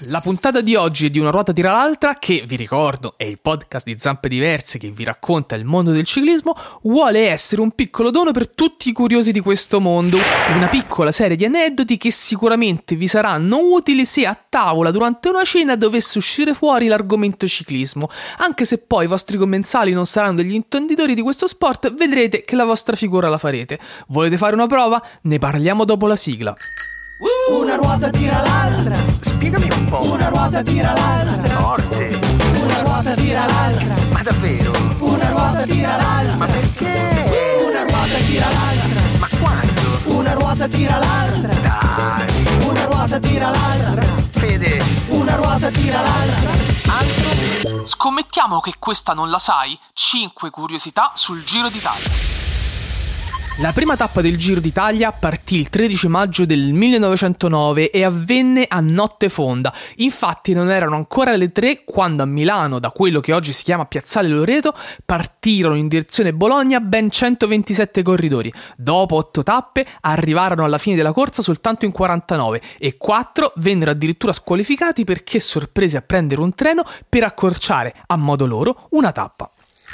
La puntata di oggi è di Una ruota tira l'altra, che vi ricordo è il podcast di Zampe Diverse che vi racconta il mondo del ciclismo, vuole essere un piccolo dono per tutti i curiosi di questo mondo, una piccola serie di aneddoti che sicuramente vi saranno utili se a tavola durante una cena dovesse uscire fuori l'argomento ciclismo, anche se poi i vostri commensali non saranno degli intenditori di questo sport, vedrete che la vostra figura la farete. Volete fare una prova? Ne parliamo dopo la sigla. Una ruota tira l'altra. Spiegami un po'. Una ruota tira l'altra. Forte. Una ruota tira l'altra. Ma davvero? Una ruota tira l'altra. Ma perché? Una ruota tira l'altra. Ma quando? Una ruota tira l'altra. Dai. Una ruota tira l'altra. Fede. Una ruota tira l'altra. Altro? Scommettiamo che questa non la sai? 5 curiosità sul Giro d'Italia. La prima tappa del Giro d'Italia partì il 13 maggio del 1909 e avvenne a notte fonda. Infatti non erano ancora le 3 quando a Milano, da quello che oggi si chiama Piazzale Loreto, partirono in direzione Bologna ben 127 corridori. Dopo 8 tappe arrivarono alla fine della corsa soltanto in 49 e 4 vennero addirittura squalificati perché sorpresi a prendere un treno per accorciare, a modo loro, una tappa.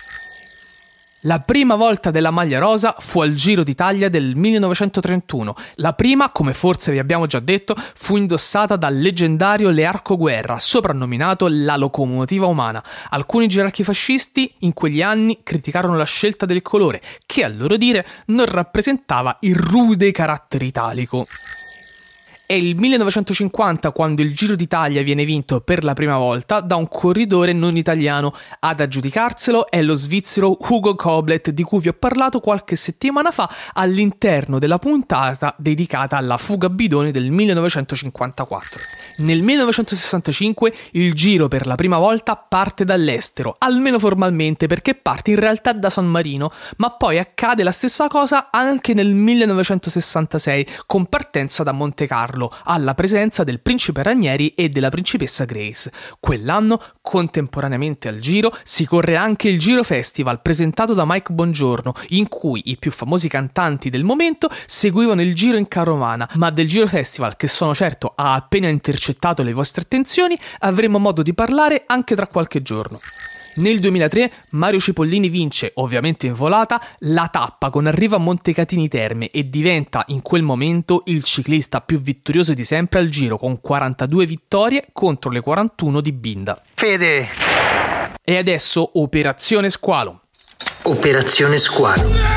La prima volta della maglia rosa fu al Giro d'Italia del 1931. La prima, come forse vi abbiamo già detto, fu indossata dal leggendario Learco Guerra, soprannominato la locomotiva umana. Alcuni gerarchi fascisti in quegli anni criticarono la scelta del colore, che a loro dire non rappresentava il rude carattere italico. È il 1950 quando il Giro d'Italia viene vinto per la prima volta da un corridore non italiano. Ad aggiudicarselo è lo svizzero Hugo Koblet, di cui vi ho parlato qualche settimana fa all'interno della puntata dedicata alla fuga a bidoni del 1954. Nel 1965 il Giro per la prima volta parte dall'estero, almeno formalmente, perché parte in realtà da San Marino, ma poi accade la stessa cosa anche nel 1966 con partenza da Monte Carlo, alla presenza del principe Ranieri e della principessa Grace. Quell'anno, contemporaneamente al Giro, si corre anche il Giro Festival presentato da Mike Bongiorno, in cui i più famosi cantanti del momento seguivano il Giro in carovana, ma del Giro Festival, che sono certo ha appena intercettato le vostre attenzioni, avremo modo di parlare anche tra qualche giorno. Nel 2003 Mario Cipollini vince, ovviamente in volata, la tappa con arrivo a Montecatini Terme e diventa in quel momento il ciclista più vittorioso di sempre al Giro, con 42 vittorie contro le 41 di Binda. Fede. E adesso Operazione Squalo. Operazione Squalo.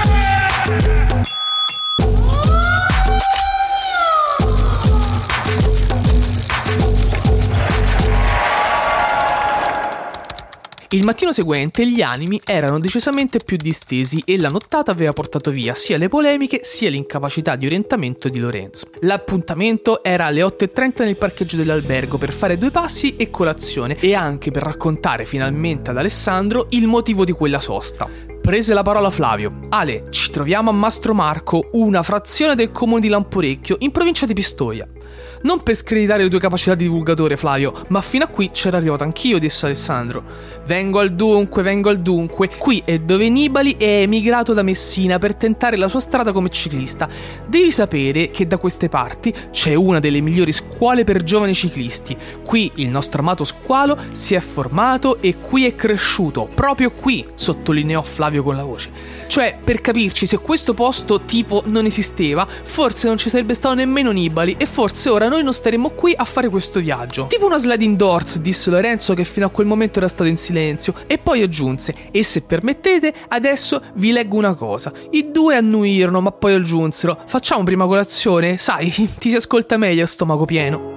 Il mattino seguente gli animi erano decisamente più distesi e la nottata aveva portato via sia le polemiche sia l'incapacità di orientamento di Lorenzo. L'appuntamento era alle 8:30 nel parcheggio dell'albergo per fare 2 passi e colazione e anche per raccontare finalmente ad Alessandro il motivo di quella sosta. Prese la parola Flavio. Ale, ci troviamo a Mastro Marco, una frazione del comune di Lamporecchio, in provincia di Pistoia. Non per screditare le tue capacità di divulgatore, Flavio, ma fino a qui c'ero arrivato anch'io, disse Alessandro. Vengo al dunque. Qui è dove Nibali è emigrato da Messina per tentare la sua strada come ciclista. Devi sapere che da queste parti c'è una delle migliori scuole per giovani ciclisti. Qui il nostro amato squalo si è formato e qui è cresciuto, proprio qui, sottolineò Flavio con la voce. Cioè, per capirci, se questo posto tipo non esisteva, forse non ci sarebbe stato nemmeno Nibali e forse ora noi non staremmo qui a fare questo viaggio. Tipo una sliding doors, disse Lorenzo, che fino a quel momento era stato in silenzio, e poi aggiunse: e se permettete, adesso vi leggo una cosa. I due annuirono, ma poi aggiunsero: facciamo prima colazione? Sai, ti si ascolta meglio a stomaco pieno.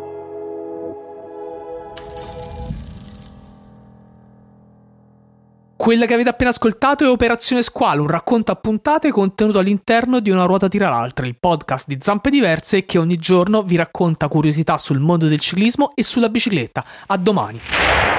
Quella che avete appena ascoltato è Operazione Squalo, un racconto a puntate contenuto all'interno di Una ruota tira l'altra, il podcast di Zampe Diverse che ogni giorno vi racconta curiosità sul mondo del ciclismo e sulla bicicletta. A domani!